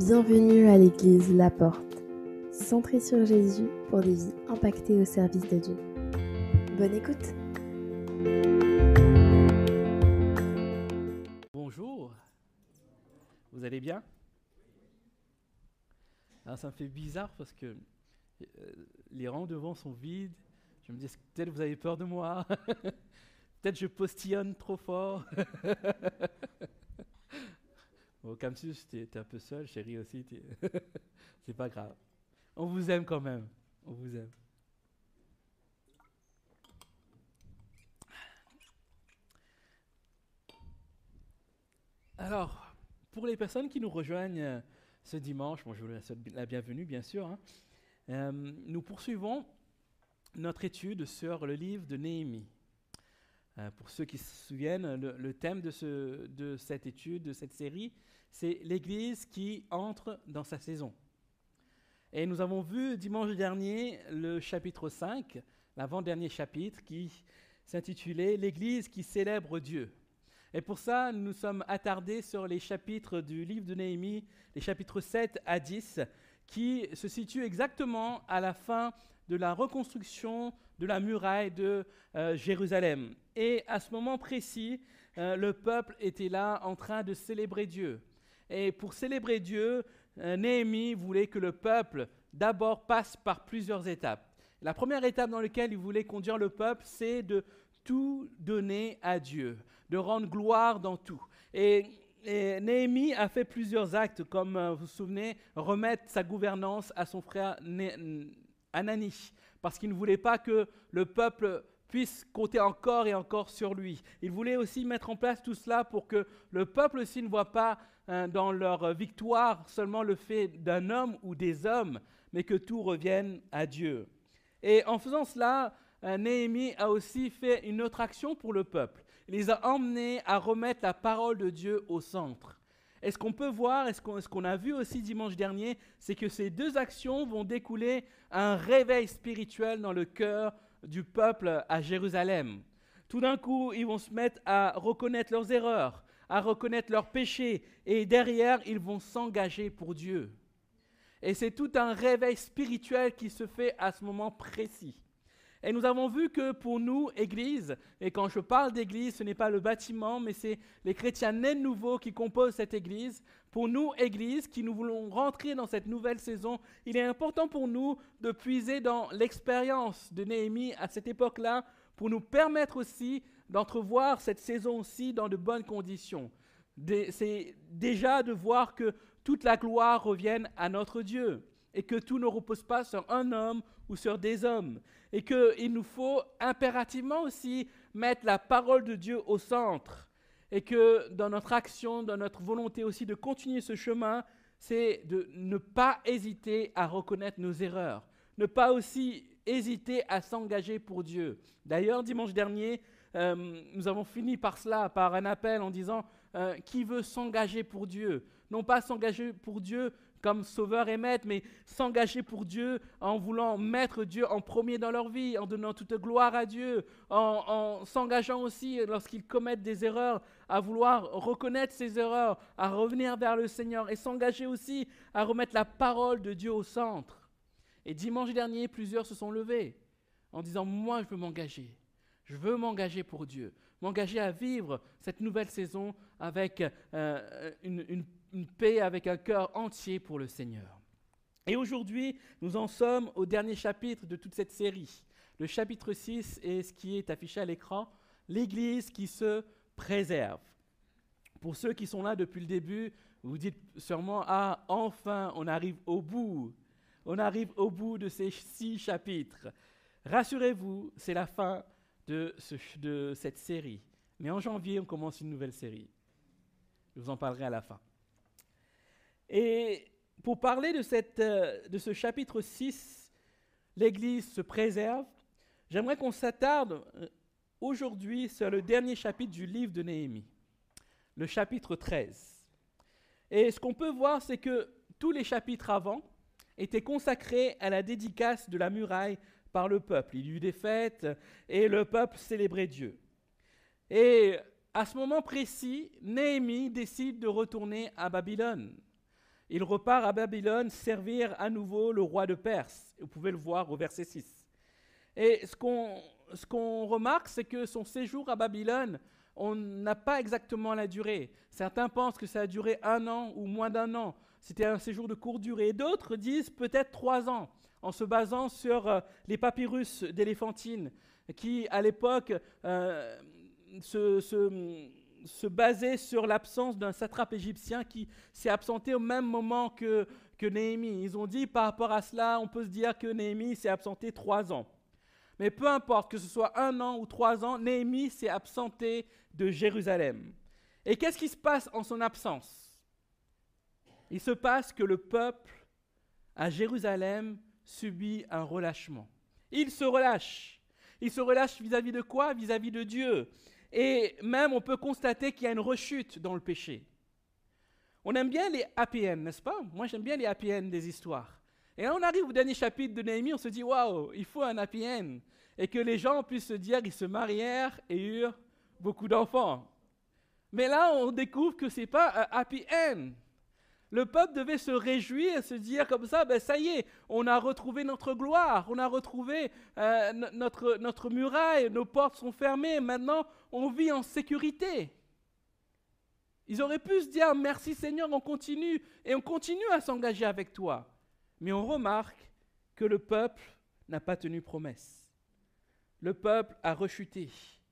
Bienvenue à l'église La Porte, centrée sur Jésus pour des vies impactées au service de Dieu. Bonne écoute. Bonjour, vous allez bien? Alors ça me fait bizarre parce que les rangs devant sont vides. Je me dis, peut-être vous avez peur de moi, peut-être je postillonne trop fort. Bon, comme si t'es un peu seul, chérie aussi, c'est pas grave. On vous aime quand même, on vous aime. Alors, pour les personnes qui nous rejoignent ce dimanche, bon, je vous souhaite la bienvenue bien sûr, hein. Nous poursuivons notre étude sur le livre de Néhémie. Pour ceux qui se souviennent, le thème de cette étude, de cette série, c'est l'Église qui entre dans sa saison. Et nous avons vu dimanche dernier le chapitre 5, l'avant-dernier chapitre, qui s'intitulait « L'Église qui célèbre Dieu ». Et pour ça, nous nous sommes attardés sur les chapitres du livre de Néhémie, les chapitres 7 à 10, qui se situent exactement à la fin de la reconstruction de la muraille de Jérusalem. Et à ce moment précis, le peuple était là en train de célébrer Dieu. Et pour célébrer Dieu, Néhémie voulait que le peuple d'abord passe par plusieurs étapes. La première étape dans laquelle il voulait conduire le peuple, c'est de tout donner à Dieu, de rendre gloire dans tout. Et Néhémie a fait plusieurs actes, comme vous vous souvenez, remettre sa gouvernance à son frère Anani, parce qu'il ne voulait pas que le peuple puisse compter encore et encore sur lui. Il voulait aussi mettre en place tout cela pour que le peuple aussi ne voit pas dans leur victoire seulement le fait d'un homme ou des hommes, mais que tout revienne à Dieu. Et en faisant cela, Néhémie a aussi fait une autre action pour le peuple. Il les a emmenés à remettre la parole de Dieu au centre. Et ce qu'on peut voir, et ce qu'on a vu aussi dimanche dernier, c'est que ces deux actions vont découler un réveil spirituel dans le cœur du peuple à Jérusalem. Tout d'un coup, ils vont se mettre à reconnaître leurs erreurs, à reconnaître leurs péchés, et derrière, ils vont s'engager pour Dieu. Et c'est tout un réveil spirituel qui se fait à ce moment précis. Et nous avons vu que pour nous, Église, et quand je parle d'Église, ce n'est pas le bâtiment, mais c'est les chrétiens nés de nouveau qui composent cette Église. Pour nous, Église, qui nous voulons rentrer dans cette nouvelle saison, il est important pour nous de puiser dans l'expérience de Néhémie à cette époque-là, pour nous permettre aussi d'entrevoir cette saison-ci dans de bonnes conditions. C'est déjà de voir que toute la gloire revienne à notre Dieu, et que tout ne repose pas sur un homme ou sur des hommes, et qu'il nous faut impérativement aussi mettre la parole de Dieu au centre, et que dans notre action, dans notre volonté aussi de continuer ce chemin, c'est de ne pas hésiter à reconnaître nos erreurs, ne pas aussi hésiter à s'engager pour Dieu. D'ailleurs, dimanche dernier, nous avons fini par cela, par un appel en disant qui veut s'engager pour Dieu, non pas s'engager pour Dieu comme sauveur et maître, mais s'engager pour Dieu en voulant mettre Dieu en premier dans leur vie, en donnant toute gloire à Dieu, en s'engageant aussi lorsqu'ils commettent des erreurs, à vouloir reconnaître ces erreurs, à revenir vers le Seigneur et s'engager aussi à remettre la parole de Dieu au centre. Et dimanche dernier, plusieurs se sont levés en disant « Moi, je veux m'engager pour Dieu, m'engager à vivre cette nouvelle saison avec une paix, avec un cœur entier pour le Seigneur. » Et aujourd'hui, nous en sommes au dernier chapitre de toute cette série. Le chapitre 6 est ce qui est affiché à l'écran, l'Église qui se préserve. Pour ceux qui sont là depuis le début, vous dites sûrement « Ah, enfin, on arrive au bout. On arrive au bout de ces 6 chapitres. » Rassurez-vous, c'est la fin de cette série. Mais en janvier, on commence une nouvelle série. Je vous en parlerai à la fin. Et pour parler de ce chapitre 6, l'Église se préserve, j'aimerais qu'on s'attarde aujourd'hui sur le dernier chapitre du livre de Néhémie, le chapitre 13. Et ce qu'on peut voir, c'est que tous les chapitres avant étaient consacrés à la dédicace de la muraille par le peuple. Il y eut des fêtes et le peuple célébrait Dieu. Et à ce moment précis, Néhémie décide de retourner à Babylone. il repart à Babylone servir à nouveau le roi de Perse. Vous pouvez le voir au verset 6. Et ce qu'on remarque, c'est que son séjour à Babylone, on n'a pas exactement la durée. Certains pensent que ça a duré 1 an ou moins d'1 an. C'était un séjour de courte durée. Et d'autres disent peut-être 3 ans, en se basant sur les papyrus d'Éléphantine, qui à l'époque se basait sur l'absence d'un satrape égyptien qui s'est absenté au même moment que Néhémie. Ils ont dit par rapport à cela, on peut se dire que Néhémie s'est absenté 3 ans. Mais peu importe que ce soit 1 an ou 3 ans, Néhémie s'est absenté de Jérusalem. Et qu'est-ce qui se passe en son absence? Il se passe que le peuple à Jérusalem subit un relâchement. Il se relâche. Il se relâche vis-à-vis de quoi? Vis-à-vis de Dieu. Et même on peut constater qu'il y a une rechute dans le péché. On aime bien les happy end, n'est-ce pas? Moi j'aime bien les happy end des histoires. Et là on arrive au dernier chapitre de Néhémie, on se dit waouh, il faut un happy end. Et que les gens puissent se dire qu'ils se marièrent et eurent beaucoup d'enfants. Mais là on découvre que ce n'est pas un happy end. Le peuple devait se réjouir et se dire comme ça, ben ça y est, on a retrouvé notre gloire, on a retrouvé notre muraille, nos portes sont fermées, maintenant on vit en sécurité. Ils auraient pu se dire merci Seigneur, on continue et on continue à s'engager avec toi. Mais on remarque que le peuple n'a pas tenu promesse. Le peuple a rechuté.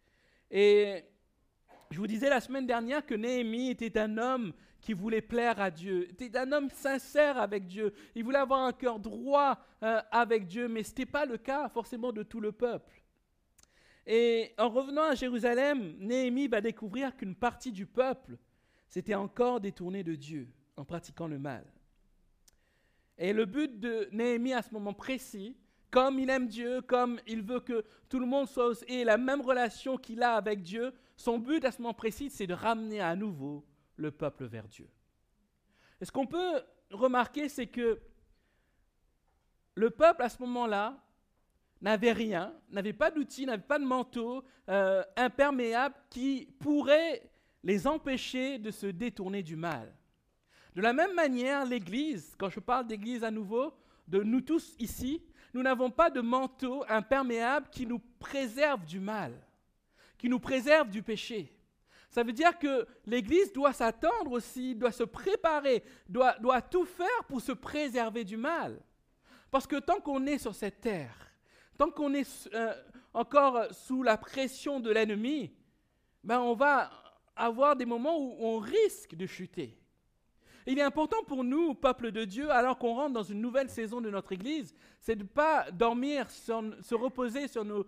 Et je vous disais la semaine dernière que Néhémie était un homme qui voulait plaire à Dieu, était un homme sincère avec Dieu. Il voulait avoir un cœur droit avec Dieu, mais ce n'était pas le cas forcément de tout le peuple. Et en revenant à Jérusalem, Néhémie va découvrir qu'une partie du peuple s'était encore détournée de Dieu en pratiquant le mal. Et le but de Néhémie à ce moment précis, comme il aime Dieu, comme il veut que tout le monde ait la même relation qu'il a avec Dieu, son but à ce moment précis, c'est de ramener à nouveau le peuple vers Dieu. Et ce qu'on peut remarquer, c'est que le peuple à ce moment-là n'avait rien, n'avait pas d'outils, n'avait pas de manteau imperméable qui pourrait les empêcher de se détourner du mal. De la même manière, l'Église, quand je parle d'Église à nouveau, de nous tous ici, nous n'avons pas de manteau imperméable qui nous préserve du mal, qui nous préserve du péché. Ça veut dire que l'Église doit s'attendre aussi, doit se préparer, doit tout faire pour se préserver du mal. Parce que tant qu'on est sur cette terre, tant qu'on est encore sous la pression de l'ennemi, ben on va avoir des moments où on risque de chuter. Il est important pour nous, peuple de Dieu, alors qu'on rentre dans une nouvelle saison de notre Église, c'est de ne pas dormir, se reposer sur nos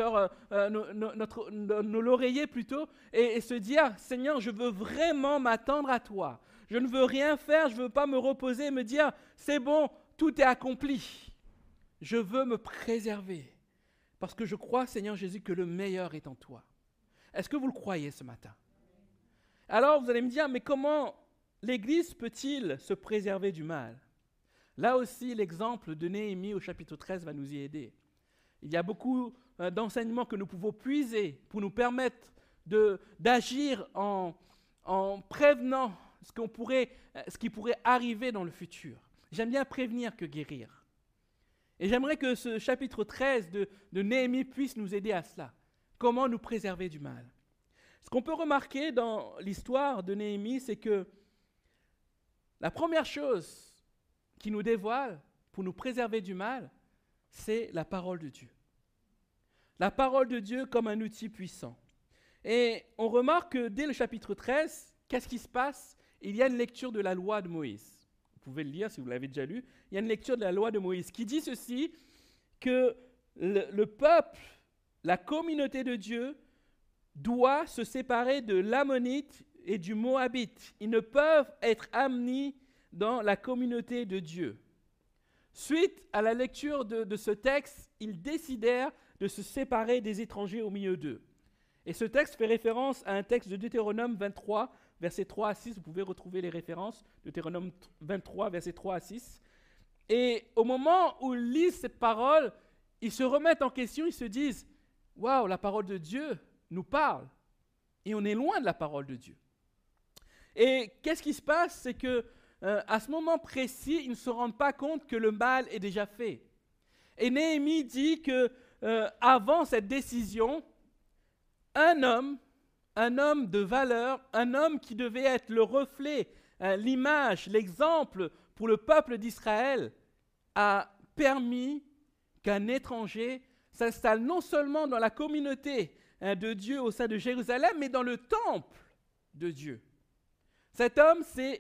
lauriers plutôt, et se dire, Seigneur, je veux vraiment m'attendre à toi. Je ne veux rien faire, je ne veux pas me reposer et me dire, c'est bon, tout est accompli. Je veux me préserver, parce que je crois, Seigneur Jésus, que le meilleur est en toi. Est-ce que vous le croyez ce matin? Alors vous allez me dire, mais comment l'Église peut-il se préserver du mal? Là aussi, l'exemple de Néhémie au chapitre 13 va nous y aider. Il y a beaucoup d'enseignements que nous pouvons puiser pour nous permettre d'agir en prévenant ce qui pourrait arriver dans le futur. J'aime bien prévenir que guérir. Et j'aimerais que ce chapitre 13 de Néhémie puisse nous aider à cela. Comment nous préserver du mal? Ce qu'on peut remarquer dans l'histoire de Néhémie, c'est que la première chose qui nous dévoile pour nous préserver du mal, c'est la parole de Dieu. La parole de Dieu comme un outil puissant. Et on remarque que dès le chapitre 13, qu'est-ce qui se passe? Il y a une lecture de la loi de Moïse. Vous pouvez le lire si vous l'avez déjà lu. Il y a une lecture de la loi de Moïse qui dit ceci, que le peuple, la communauté de Dieu, doit se séparer de l'ammonite et du moabite. Ils ne peuvent être amenés dans la communauté de Dieu. Suite à la lecture de ce texte, ils décidèrent de se séparer des étrangers au milieu d'eux. Et ce texte fait référence à un texte de Deutéronome 23, versets 3 à 6. Vous pouvez retrouver les références, Deutéronome 23, versets 3 à 6. Et au moment où ils lisent cette parole, ils se remettent en question, ils se disent « Waouh, la parole de Dieu nous parle. » Et on est loin de la parole de Dieu. Et qu'est-ce qui se passe? C'est que à ce moment précis, ils ne se rendent pas compte que le mal est déjà fait. Et Néhémie dit que avant cette décision, un homme de valeur, un homme qui devait être le reflet, l'image, l'exemple pour le peuple d'Israël, a permis qu'un étranger s'installe non seulement dans la communauté de Dieu au sein de Jérusalem, mais dans le temple de Dieu. Cet homme, c'est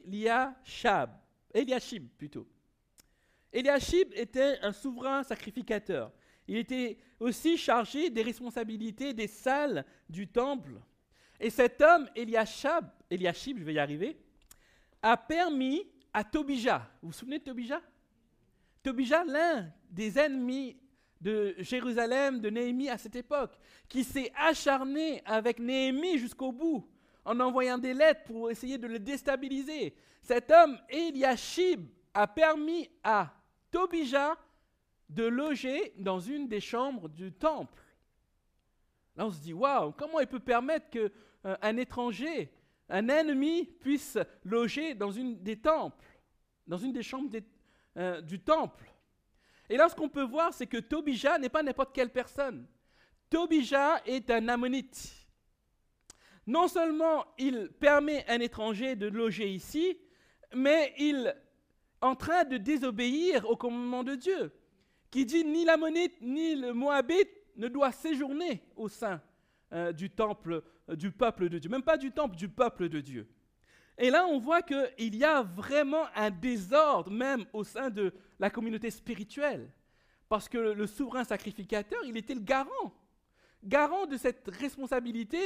Eliashib plutôt. Eliashib était un souverain sacrificateur. Il était aussi chargé des responsabilités des salles du temple. Et cet homme, Eliashib, je vais y arriver, a permis à Tobija, vous vous souvenez de Tobija? Tobija, l'un des ennemis de Jérusalem, de Néhémie à cette époque, qui s'est acharné avec Néhémie jusqu'au bout, en envoyant des lettres pour essayer de le déstabiliser. Cet homme, Eliashib, a permis à Tobija de loger dans une des chambres du temple. Là, on se dit, waouh, comment il peut permettre qu'un étranger, un ennemi, puisse loger dans une des temples, dans une des chambres du temple. Et là, ce qu'on peut voir, c'est que Tobija n'est pas n'importe quelle personne. Tobija est un ammonite. Non seulement il permet à un étranger de loger ici, mais il est en train de désobéir au commandement de Dieu, qui dit ni l'ammonite ni le moabite ne doit séjourner au sein du temple, du peuple de Dieu. Même pas du temple, du peuple de Dieu. Et là, on voit qu'il y a vraiment un désordre, même au sein de la communauté spirituelle. Parce que le souverain sacrificateur, il était le garant de cette responsabilité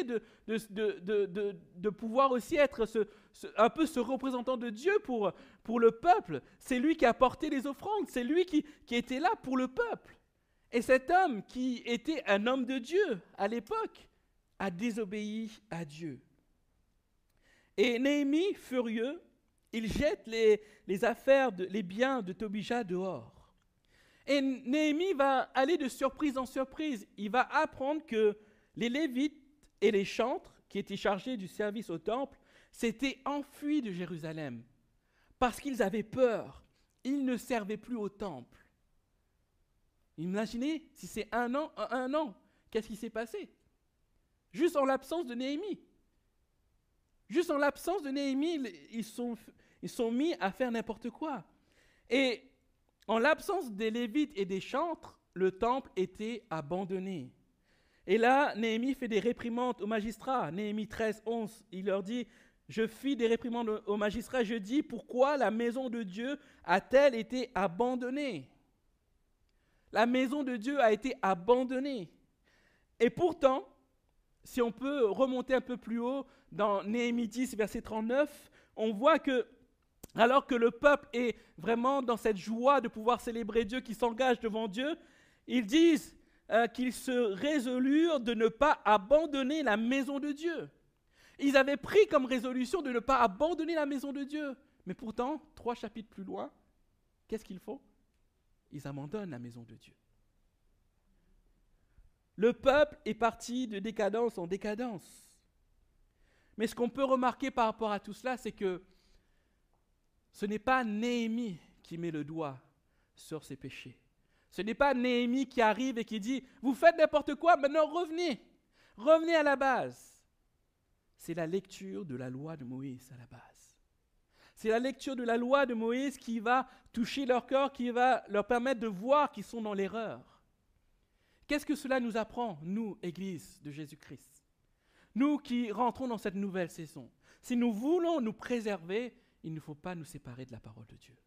de pouvoir aussi être un peu ce représentant de Dieu pour le peuple. C'est lui qui a porté les offrandes, c'est lui qui était là pour le peuple. Et cet homme qui était un homme de Dieu à l'époque a désobéi à Dieu. Et Néhémie, furieux, il jette les affaires, les biens de Tobija dehors. Et Néhémie va aller de surprise en surprise. Il va apprendre que les Lévites et les chantres, qui étaient chargés du service au temple, s'étaient enfuis de Jérusalem parce qu'ils avaient peur. Ils ne servaient plus au temple. Imaginez si c'est un an, qu'est-ce qui s'est passé? Juste en l'absence de Néhémie. Juste en l'absence de Néhémie, ils sont mis à faire n'importe quoi. Et en l'absence des Lévites et des chantres, le temple était abandonné. Et là, Néhémie fait des réprimandes aux magistrats. Néhémie 13, 11, il leur dit « Je fis des réprimandes aux magistrats, je dis, pourquoi la maison de Dieu a-t-elle été abandonnée ?» La maison de Dieu a été abandonnée. Et pourtant, si on peut remonter un peu plus haut, dans Néhémie 10, verset 39, on voit que, alors que le peuple est vraiment dans cette joie de pouvoir célébrer Dieu, qui s'engage devant Dieu, ils disent qu'ils se résolurent de ne pas abandonner la maison de Dieu. Ils avaient pris comme résolution de ne pas abandonner la maison de Dieu. Mais pourtant, 3 chapitres plus loin, qu'est-ce qu'ils font? Ils abandonnent la maison de Dieu. Le peuple est parti de décadence en décadence. Mais ce qu'on peut remarquer par rapport à tout cela, c'est que ce n'est pas Néhémie qui met le doigt sur ses péchés. Ce n'est pas Néhémie qui arrive et qui dit « Vous faites n'importe quoi, maintenant revenez à la base. » C'est la lecture de la loi de Moïse à la base. C'est la lecture de la loi de Moïse qui va toucher leur cœur, qui va leur permettre de voir qu'ils sont dans l'erreur. Qu'est-ce que cela nous apprend, nous, Église de Jésus-Christ? Nous qui rentrons dans cette nouvelle saison. Si nous voulons nous préserver, il ne faut pas nous séparer de la parole de Dieu.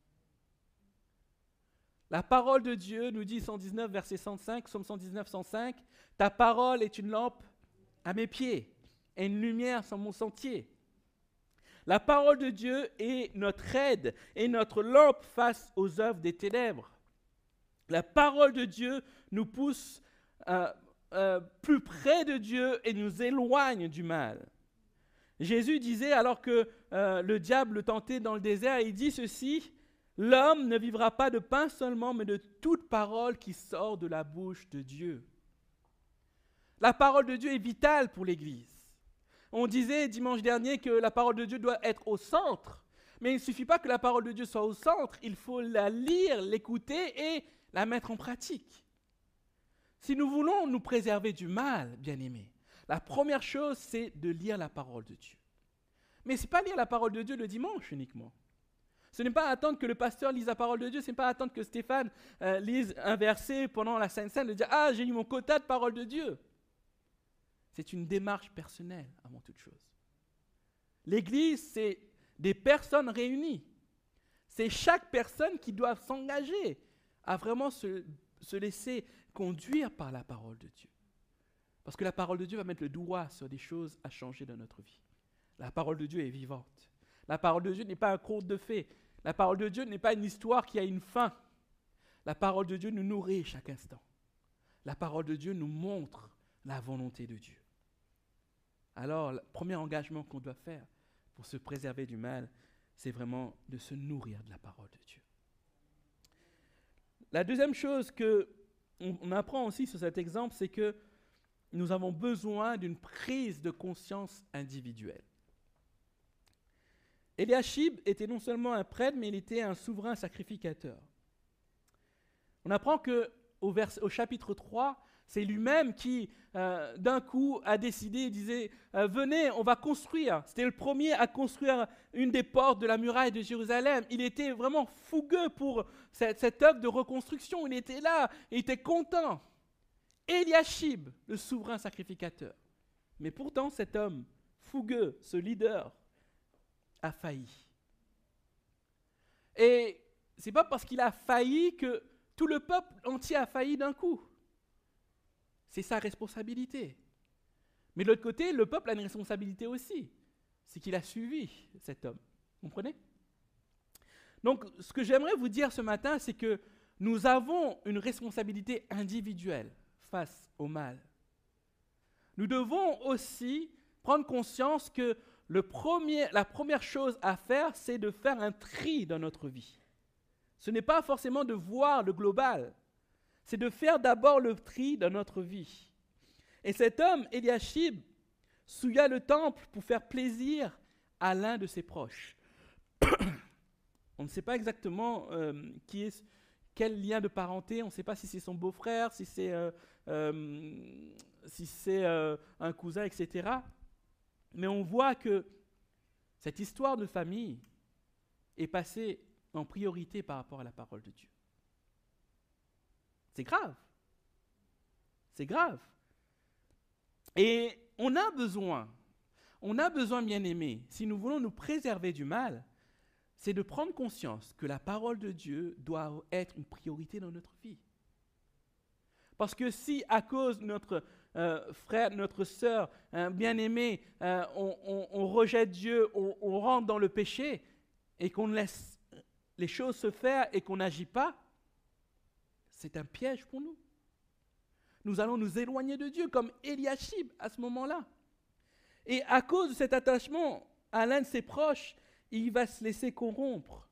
La parole de Dieu nous dit, 119, verset 105, Psaume 119, 105, « Ta parole est une lampe à mes pieds et une lumière sur mon sentier. » La parole de Dieu est notre aide et notre lampe face aux œuvres des ténèbres. La parole de Dieu nous pousse plus près de Dieu et nous éloigne du mal. Jésus disait, alors que le diable le tentait dans le désert, il dit ceci, « L'homme ne vivra pas de pain seulement, mais de toute parole qui sort de la bouche de Dieu. » La parole de Dieu est vitale pour l'Église. On disait dimanche dernier que la parole de Dieu doit être au centre. Mais il ne suffit pas que la parole de Dieu soit au centre, il faut la lire, l'écouter et la mettre en pratique. Si nous voulons nous préserver du mal, bien-aimés, la première chose, c'est de lire la parole de Dieu. Mais ce n'est pas lire la parole de Dieu le dimanche uniquement. Ce n'est pas attendre que le pasteur lise la parole de Dieu, ce n'est pas attendre que Stéphane lise un verset pendant la Sainte Seine, de dire « Ah, j'ai eu mon quota de parole de Dieu ». C'est une démarche personnelle avant toute chose. L'Église, c'est des personnes réunies. C'est chaque personne qui doit s'engager à vraiment se laisser conduire par la parole de Dieu. Parce que la parole de Dieu va mettre le doigt sur des choses à changer dans notre vie. La parole de Dieu est vivante. La parole de Dieu n'est pas un conte de fées. La parole de Dieu n'est pas une histoire qui a une fin. La parole de Dieu nous nourrit chaque instant. La parole de Dieu nous montre la volonté de Dieu. Alors, le premier engagement qu'on doit faire pour se préserver du mal, c'est vraiment de se nourrir de la parole de Dieu. La deuxième chose qu'on apprend aussi sur cet exemple, c'est que nous avons besoin d'une prise de conscience individuelle. Éliachib était non seulement un prêtre, mais il était un souverain sacrificateur. On apprend qu'au chapitre 3, c'est lui-même qui, d'un coup, a décidé, il disait « Venez, on va construire ». C'était le premier à construire une des portes de la muraille de Jérusalem. Il était vraiment fougueux pour cette œuvre de reconstruction. Il était là, il était content. Éliachib, le souverain sacrificateur. Mais pourtant, cet homme fougueux, ce leader, a failli. Et ce n'est pas parce qu'il a failli que tout le peuple entier a failli d'un coup. C'est sa responsabilité. Mais de l'autre côté, le peuple a une responsabilité aussi. C'est qu'il a suivi cet homme. Vous comprenez? Donc, ce que j'aimerais vous dire ce matin, c'est que nous avons une responsabilité individuelle face au mal. Nous devons aussi prendre conscience que la première chose à faire, c'est de faire un tri dans notre vie. Ce n'est pas forcément de voir le global, c'est de faire d'abord le tri dans notre vie. Et cet homme, Éliachib, souilla le temple pour faire plaisir à l'un de ses proches. On ne sait pas exactement quel lien de parenté, on ne sait pas si c'est son beau-frère, si c'est un cousin, etc. Mais on voit que cette histoire de famille est passée en priorité par rapport à la parole de Dieu. C'est grave. C'est grave. Et on a besoin, bien aimés, si nous voulons nous préserver du mal, c'est de prendre conscience que la parole de Dieu doit être une priorité dans notre vie. Parce que si à cause de notre frère, notre sœur, bien-aimé, on rejette Dieu, on rentre dans le péché et qu'on laisse les choses se faire et qu'on n'agit pas, c'est un piège pour nous. Nous allons nous éloigner de Dieu comme Éliachib à ce moment-là. Et à cause de cet attachement à l'un de ses proches, il va se laisser corrompre.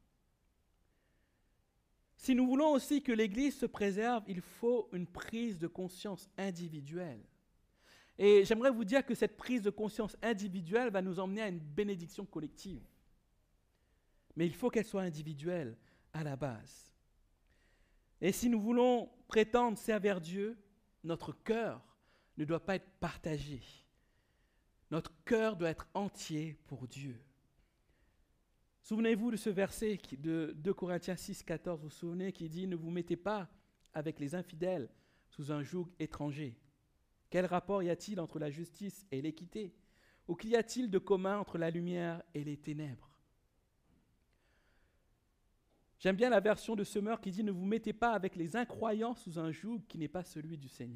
Si nous voulons aussi que l'Église se préserve, il faut une prise de conscience individuelle. Et j'aimerais vous dire que cette prise de conscience individuelle va nous emmener à une bénédiction collective. Mais il faut qu'elle soit individuelle à la base. Et si nous voulons prétendre servir Dieu, notre cœur ne doit pas être partagé. Notre cœur doit être entier pour Dieu. Souvenez-vous de ce verset de 2 Corinthiens 6, 14, vous vous souvenez, qui dit « Ne vous mettez pas avec les infidèles sous un joug étranger. Quel rapport y a-t-il entre la justice et l'équité? Ou qu'y a-t-il de commun entre la lumière et les ténèbres ?» J'aime bien la version de Semeur qui dit « Ne vous mettez pas avec les incroyants sous un joug qui n'est pas celui du Seigneur. »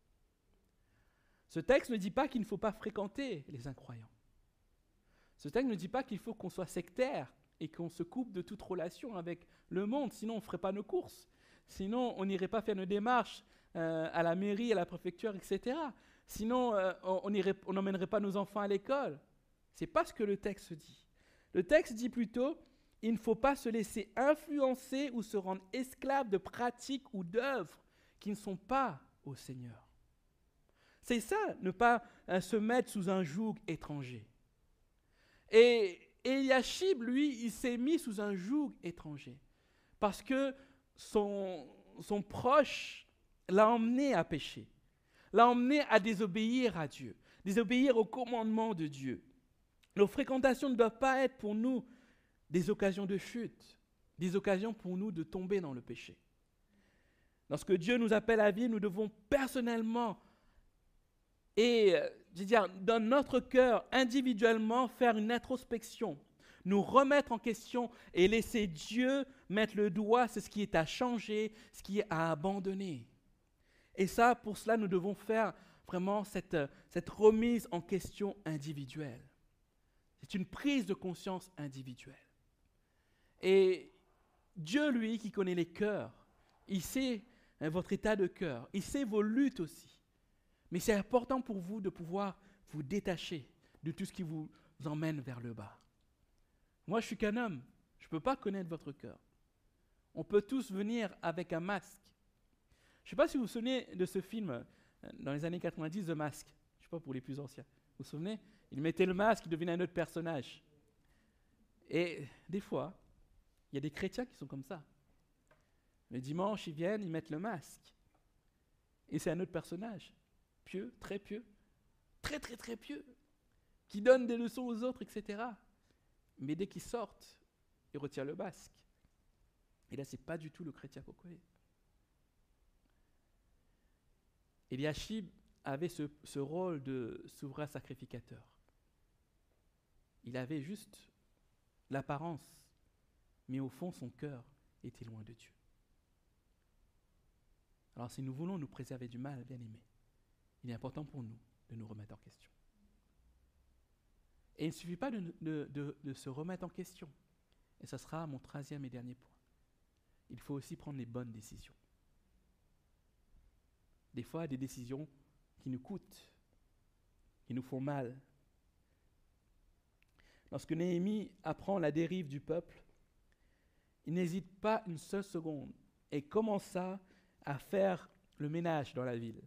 Ce texte ne dit pas qu'il ne faut pas fréquenter les incroyants. Ce texte ne dit pas qu'il faut qu'on soit sectaire et qu'on se coupe de toute relation avec le monde, sinon on ne ferait pas nos courses, sinon on n'irait pas faire nos démarches à la mairie, à la préfecture, etc. Sinon on n'emmènerait pas nos enfants à l'école. Ce n'est pas ce que le texte dit. Le texte dit plutôt « Il ne faut pas se laisser influencer ou se rendre esclave de pratiques ou d'œuvres qui ne sont pas au Seigneur. » C'est ça, ne pas se mettre sous un joug étranger. Et Et Eliashib, lui, il s'est mis sous un joug étranger. Parce que son proche l'a emmené à pécher, l'a emmené à désobéir à Dieu, désobéir au commandement de Dieu. Nos fréquentations ne doivent pas être pour nous des occasions de chute, des occasions pour nous de tomber dans le péché. Lorsque Dieu nous appelle à vivre, nous devons personnellement et dans notre cœur, individuellement, faire une introspection, nous remettre en question et laisser Dieu mettre le doigt sur ce qui est à changer, ce qui est à abandonner. Et ça, pour cela, nous devons faire vraiment cette remise en question individuelle. C'est une prise de conscience individuelle. Et Dieu, lui, qui connaît les cœurs, il sait votre état de cœur, il sait vos luttes aussi. Mais c'est important pour vous de pouvoir vous détacher de tout ce qui vous emmène vers le bas. Moi, je suis qu'un homme, je ne peux pas connaître votre cœur. On peut tous venir avec un masque. Je ne sais pas si vous vous souvenez de ce film dans les années 90, The Mask. Je ne sais pas pour les plus anciens. Vous vous souvenez? Il mettait le masque, il devenait un autre personnage. Et des fois, il y a des chrétiens qui sont comme ça. Le dimanche, ils viennent, ils mettent le masque. Et c'est un autre personnage. Pieux, très pieux, très très très pieux, qui donne des leçons aux autres, etc. Mais dès qu'ils sortent, ils retirent le masque. Et là, ce n'est pas du tout le chrétien qu'on connaît. Eliashib avait ce rôle de souverain sacrificateur. Il avait juste l'apparence, mais au fond, son cœur était loin de Dieu. Alors, si nous voulons nous préserver du mal, bien aimés, il est important pour nous de nous remettre en question. Et il ne suffit pas de se remettre en question. Et ce sera mon 13e et dernier point. Il faut aussi prendre les bonnes décisions. Des fois, des décisions qui nous coûtent, qui nous font mal. Lorsque Néhémie apprend la dérive du peuple, il n'hésite pas une seule seconde et commença à faire le ménage dans la ville.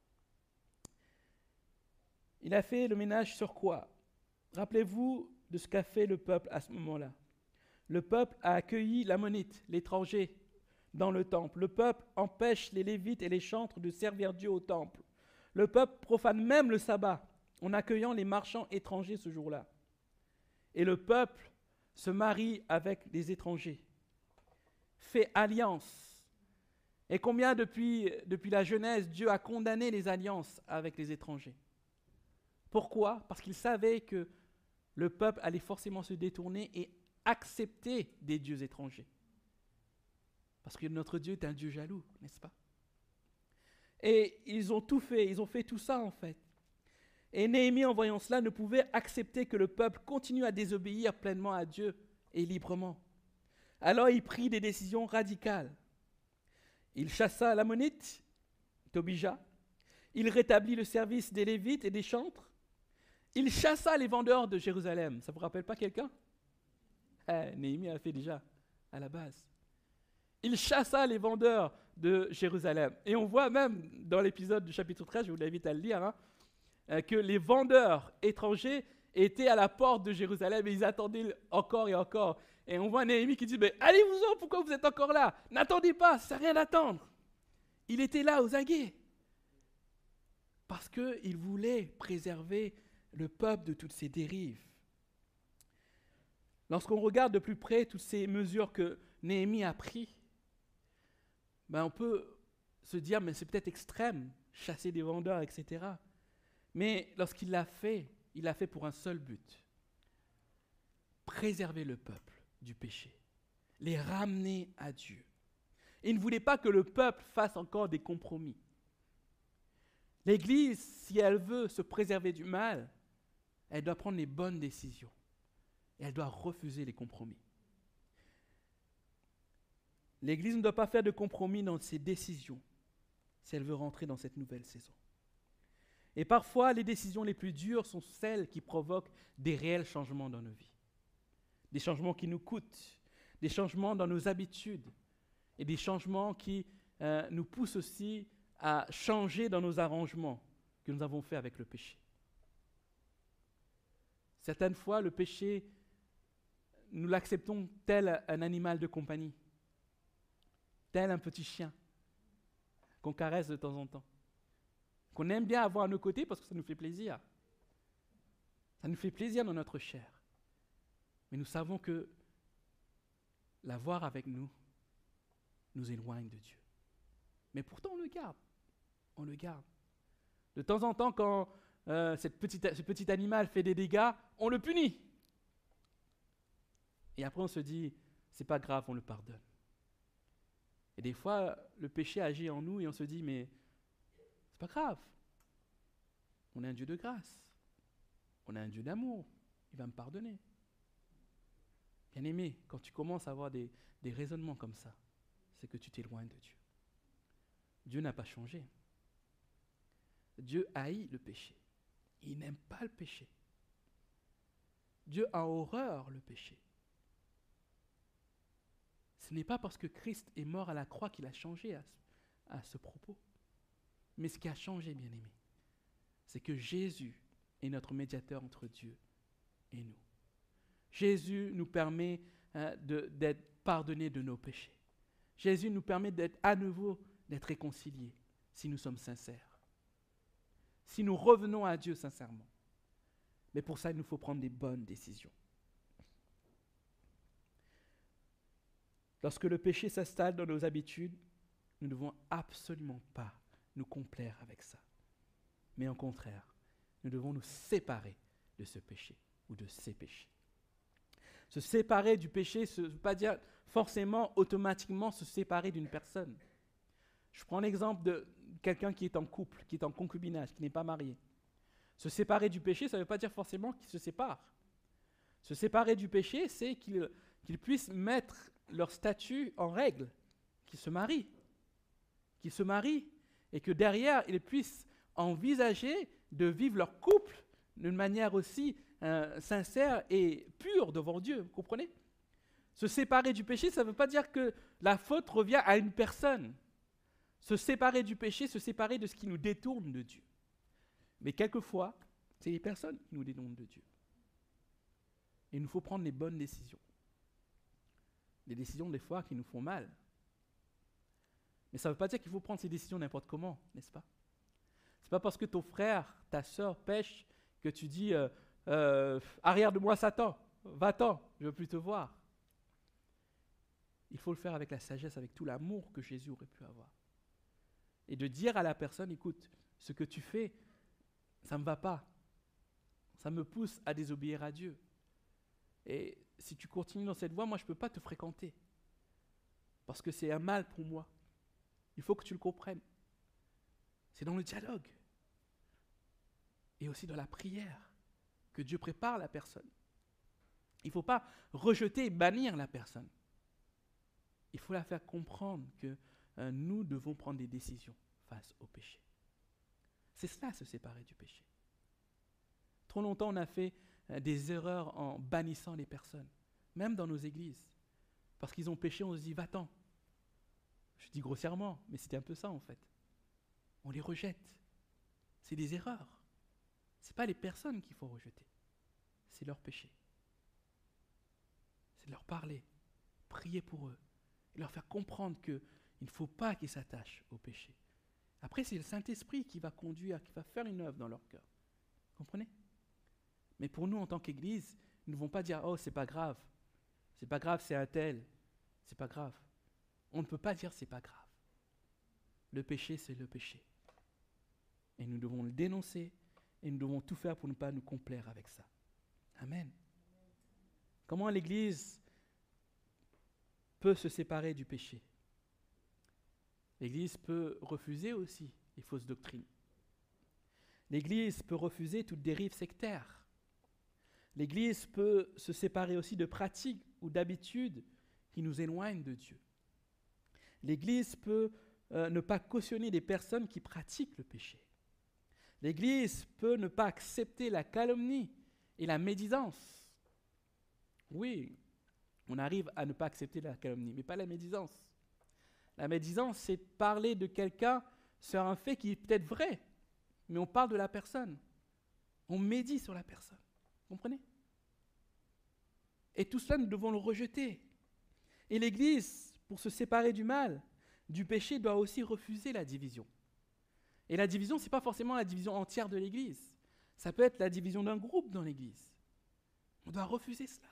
Il a fait le ménage sur quoi? Rappelez-vous de ce qu'a fait le peuple à ce moment-là. Le peuple a accueilli l'ammonite, l'étranger, dans le temple. Le peuple empêche les lévites et les chantres de servir Dieu au temple. Le peuple profane même le sabbat en accueillant les marchands étrangers ce jour-là. Et le peuple se marie avec des étrangers, fait alliance. Et combien depuis la Genèse, Dieu a condamné les alliances avec les étrangers? Pourquoi? Parce qu'il savait que le peuple allait forcément se détourner et accepter des dieux étrangers. Parce que notre Dieu est un Dieu jaloux, n'est-ce pas? Et ils ont tout fait, ils ont fait tout ça en fait. Et Néhémie, en voyant cela, ne pouvait accepter que le peuple continue à désobéir pleinement à Dieu et librement. Alors il prit des décisions radicales. Il chassa l'ammonite, Tobija. Il rétablit le service des Lévites et des chantres. Il chassa les vendeurs de Jérusalem. Ça ne vous rappelle pas quelqu'un? Néhémie a fait déjà à la base. Il chassa les vendeurs de Jérusalem. Et on voit même dans l'épisode du chapitre 13, je vous l'invite à le lire, que les vendeurs étrangers étaient à la porte de Jérusalem et ils attendaient encore et encore. Et on voit Néhémie qui dit, mais allez-vous-en, pourquoi vous êtes encore là? N'attendez pas, ça sert à rien d'attendre. Il était là aux aguets. Parce qu'il voulait préserver le peuple de toutes ces dérives. Lorsqu'on regarde de plus près toutes ces mesures que Néhémie a prises, on peut se dire, mais c'est peut-être extrême, chasser des vendeurs, etc. Mais lorsqu'il l'a fait, il l'a fait pour un seul but. Préserver le peuple du péché. Les ramener à Dieu. Et il ne voulait pas que le peuple fasse encore des compromis. L'Église, si elle veut se préserver du mal, elle doit prendre les bonnes décisions. Et elle doit refuser les compromis. L'Église ne doit pas faire de compromis dans ses décisions si elle veut rentrer dans cette nouvelle saison. Et parfois, les décisions les plus dures sont celles qui provoquent des réels changements dans nos vies. Des changements qui nous coûtent, des changements dans nos habitudes et des changements qui nous poussent aussi à changer dans nos arrangements que nous avons faits avec le péché. Certaines fois, le péché nous l'acceptons tel un animal de compagnie, tel un petit chien qu'on caresse de temps en temps, qu'on aime bien avoir à nos côtés parce que ça nous fait plaisir. Ça nous fait plaisir dans notre chair. Mais nous savons que l'avoir avec nous nous éloigne de Dieu. Mais pourtant, on le garde. On le garde. De temps en temps, quand ce petit animal fait des dégâts, on le punit. Et après, on se dit, c'est pas grave, on le pardonne. Et des fois, le péché agit en nous et on se dit, mais c'est pas grave. On est un Dieu de grâce. On est un Dieu d'amour. Il va me pardonner. Bien-aimé, quand tu commences à avoir des raisonnements comme ça, c'est que tu t'éloignes de Dieu. Dieu n'a pas changé. Dieu haït le péché. Il n'aime pas le péché. Dieu a horreur le péché. Ce n'est pas parce que Christ est mort à la croix qu'il a changé à ce propos. Mais ce qui a changé, bien-aimé, c'est que Jésus est notre médiateur entre Dieu et nous. Jésus nous permet d'être pardonnés de nos péchés. Jésus nous permet d'être à nouveau, d'être réconciliés si nous sommes sincères. Si nous revenons à Dieu sincèrement. Mais pour ça, il nous faut prendre des bonnes décisions. Lorsque le péché s'installe dans nos habitudes, nous ne devons absolument pas nous complaire avec ça. Mais au contraire, nous devons nous séparer de ce péché ou de ces péchés. Se séparer du péché, ça ne veut pas dire forcément, automatiquement se séparer d'une personne. Je prends l'exemple de quelqu'un qui est en couple, qui est en concubinage, qui n'est pas marié. Se séparer du péché, ça ne veut pas dire forcément qu'il se sépare. Se séparer du péché, c'est qu'ils puissent mettre leur statut en règle, qu'ils se marient. Qu'ils se marient et que derrière, ils puissent envisager de vivre leur couple d'une manière aussi sincère et pure devant Dieu. Vous comprenez? Se séparer du péché, ça ne veut pas dire que la faute revient à une personne. Se séparer du péché, se séparer de ce qui nous détourne de Dieu. Mais quelquefois, c'est les personnes qui nous détournent de Dieu. Et il nous faut prendre les bonnes décisions. Des décisions, des fois, qui nous font mal. Mais ça ne veut pas dire qu'il faut prendre ces décisions n'importe comment, n'est-ce pas? Ce n'est pas parce que ton frère, ta sœur pêche que tu dis arrière de moi Satan, va-t'en, je ne veux plus te voir. Il faut le faire avec la sagesse, avec tout l'amour que Jésus aurait pu avoir. Et de dire à la personne, écoute, ce que tu fais, ça ne me va pas. Ça me pousse à désobéir à Dieu. Et si tu continues dans cette voie, moi je ne peux pas te fréquenter. Parce que c'est un mal pour moi. Il faut que tu le comprennes. C'est dans le dialogue. Et aussi dans la prière que Dieu prépare la personne. Il ne faut pas rejeter et bannir la personne. Il faut la faire comprendre que nous devons prendre des décisions face au péché. C'est cela, se séparer du péché. Trop longtemps, on a fait des erreurs en bannissant les personnes, même dans nos églises. Parce qu'ils ont péché, on se dit, va-t'en. Je dis grossièrement, mais c'était un peu ça en fait. On les rejette. C'est des erreurs. Ce n'est pas les personnes qu'il faut rejeter. C'est leur péché. C'est de leur parler, prier pour eux, et leur faire comprendre qu'il ne faut pas qu'ils s'attachent au péché. Après, c'est le Saint-Esprit qui va conduire, qui va faire une œuvre dans leur cœur. Vous comprenez? Mais pour nous, en tant qu'Église, nous ne devons pas dire « Oh, c'est pas grave. C'est pas grave, c'est un tel. C'est pas grave. » On ne peut pas dire « c'est pas grave. » Le péché, c'est le péché. Et nous devons le dénoncer et nous devons tout faire pour ne pas nous complaire avec ça. Amen. Comment l'Église peut se séparer du péché? L'Église peut refuser aussi les fausses doctrines. L'Église peut refuser toute dérive sectaire. L'Église peut se séparer aussi de pratiques ou d'habitudes qui nous éloignent de Dieu. L'Église peut ne pas cautionner des personnes qui pratiquent le péché. L'Église peut ne pas accepter la calomnie et la médisance. Oui, on arrive à ne pas accepter la calomnie, mais pas la médisance. La médisance, c'est parler de quelqu'un sur un fait qui est peut-être vrai, mais on parle de la personne. On médit sur la personne. Vous comprenez? Et tout cela, nous devons le rejeter. Et l'Église, pour se séparer du mal, du péché, doit aussi refuser la division. Et la division, ce n'est pas forcément la division entière de l'Église. Ça peut être la division d'un groupe dans l'Église. On doit refuser cela.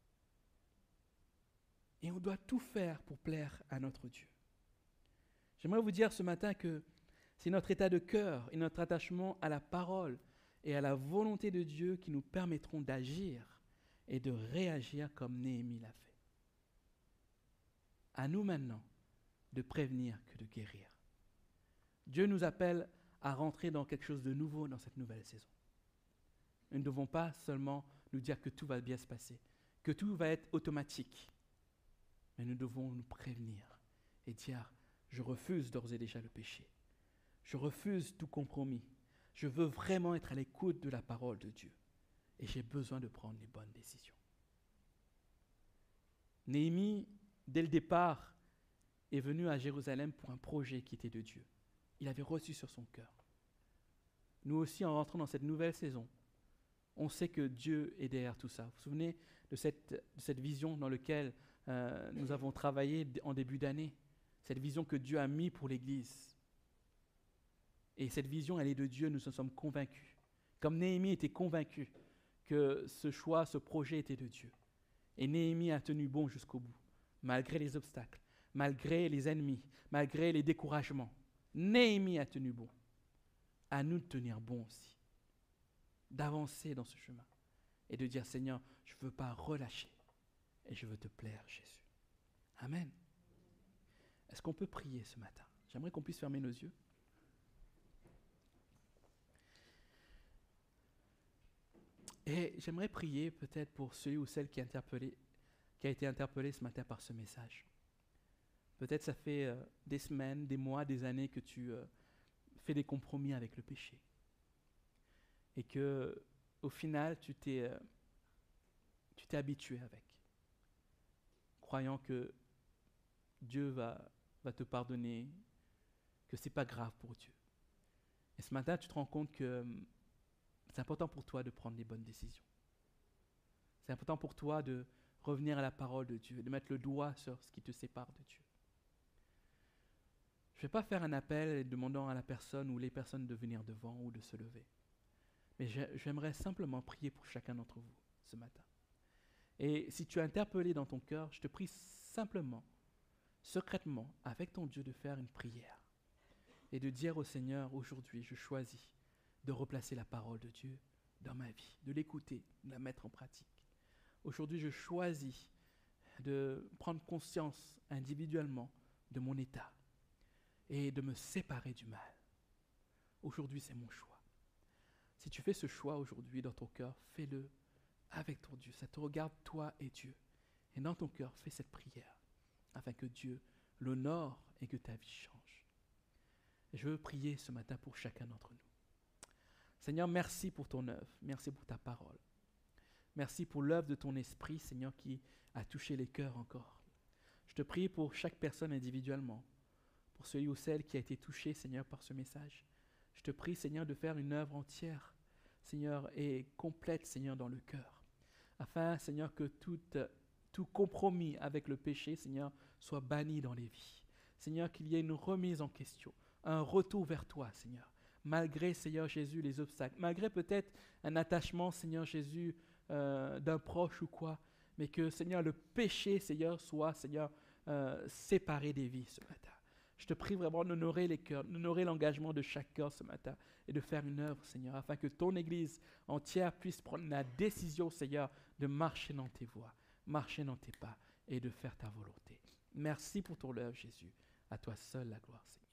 Et on doit tout faire pour plaire à notre Dieu. J'aimerais vous dire ce matin que c'est notre état de cœur et notre attachement à la parole et à la volonté de Dieu qui nous permettront d'agir et de réagir comme Néhémie l'a fait. À nous maintenant de prévenir que de guérir. Dieu nous appelle à rentrer dans quelque chose de nouveau dans cette nouvelle saison. Nous ne devons pas seulement nous dire que tout va bien se passer, que tout va être automatique, mais nous devons nous prévenir et dire « Je refuse d'ores et déjà le péché. Je refuse tout compromis. Je veux vraiment être à l'écoute de la parole de Dieu. Et j'ai besoin de prendre les bonnes décisions. » Néhémie, dès le départ, est venu à Jérusalem pour un projet qui était de Dieu. Il avait reçu sur son cœur. Nous aussi, en rentrant dans cette nouvelle saison, on sait que Dieu est derrière tout ça. Vous vous souvenez de cette vision dans laquelle nous avons travaillé en début d'année, cette vision que Dieu a mise pour l'Église. Et cette vision, elle est de Dieu, nous en sommes convaincus. Comme Néhémie était convaincu que ce choix, ce projet était de Dieu. Et Néhémie a tenu bon jusqu'au bout, malgré les obstacles, malgré les ennemis, malgré les découragements. Néhémie a tenu bon. À nous de tenir bon aussi, d'avancer dans ce chemin et de dire « Seigneur, je ne veux pas relâcher et je veux te plaire, Jésus. » Amen. Est-ce qu'on peut prier ce matin? J'aimerais qu'on puisse fermer nos yeux. Et j'aimerais prier peut-être pour celui ou celle qui a été interpellé ce matin par ce message. Peut-être ça fait des semaines, des mois, des années que tu fais des compromis avec le péché. Et que au final, tu t'es habitué avec, croyant que Dieu va te pardonner, que ce n'est pas grave pour Dieu. Et ce matin, tu te rends compte que c'est important pour toi de prendre les bonnes décisions. C'est important pour toi de revenir à la parole de Dieu, de mettre le doigt sur ce qui te sépare de Dieu. Je ne vais pas faire un appel demandant à la personne ou les personnes de venir devant ou de se lever. Mais j'aimerais simplement prier pour chacun d'entre vous ce matin. Et si tu es interpellé dans ton cœur, je te prie simplement, secrètement, avec ton Dieu, de faire une prière et de dire au Seigneur, aujourd'hui, je choisis de replacer la parole de Dieu dans ma vie, de l'écouter, de la mettre en pratique. Aujourd'hui, je choisis de prendre conscience individuellement de mon état et de me séparer du mal. Aujourd'hui, c'est mon choix. Si tu fais ce choix aujourd'hui dans ton cœur, fais-le avec ton Dieu. Ça te regarde, toi et Dieu. Et dans ton cœur, fais cette prière afin que Dieu l'honore et que ta vie change. Et je veux prier ce matin pour chacun d'entre nous. Seigneur, merci pour ton œuvre. Merci pour ta parole. Merci pour l'œuvre de ton esprit, Seigneur, qui a touché les cœurs encore. Je te prie pour chaque personne individuellement, pour celui ou celle qui a été touché, Seigneur, par ce message. Je te prie, Seigneur, de faire une œuvre entière, Seigneur, et complète, Seigneur, dans le cœur. Afin, Seigneur, que tout compromis avec le péché, Seigneur, soit banni dans les vies. Seigneur, qu'il y ait une remise en question, un retour vers toi, Seigneur. Malgré, Seigneur Jésus, les obstacles, malgré peut-être un attachement, Seigneur Jésus, d'un proche ou quoi, mais que, Seigneur, le péché, Seigneur, soit, Seigneur, séparé des vies ce matin. Je te prie vraiment d'honorer les cœurs, d'honorer l'engagement de chaque cœur ce matin et de faire une œuvre, Seigneur, afin que ton Église entière puisse prendre la décision, Seigneur, de marcher dans tes voies, marcher dans tes pas et de faire ta volonté. Merci pour ton œuvre, Jésus. À toi seul la gloire, Seigneur.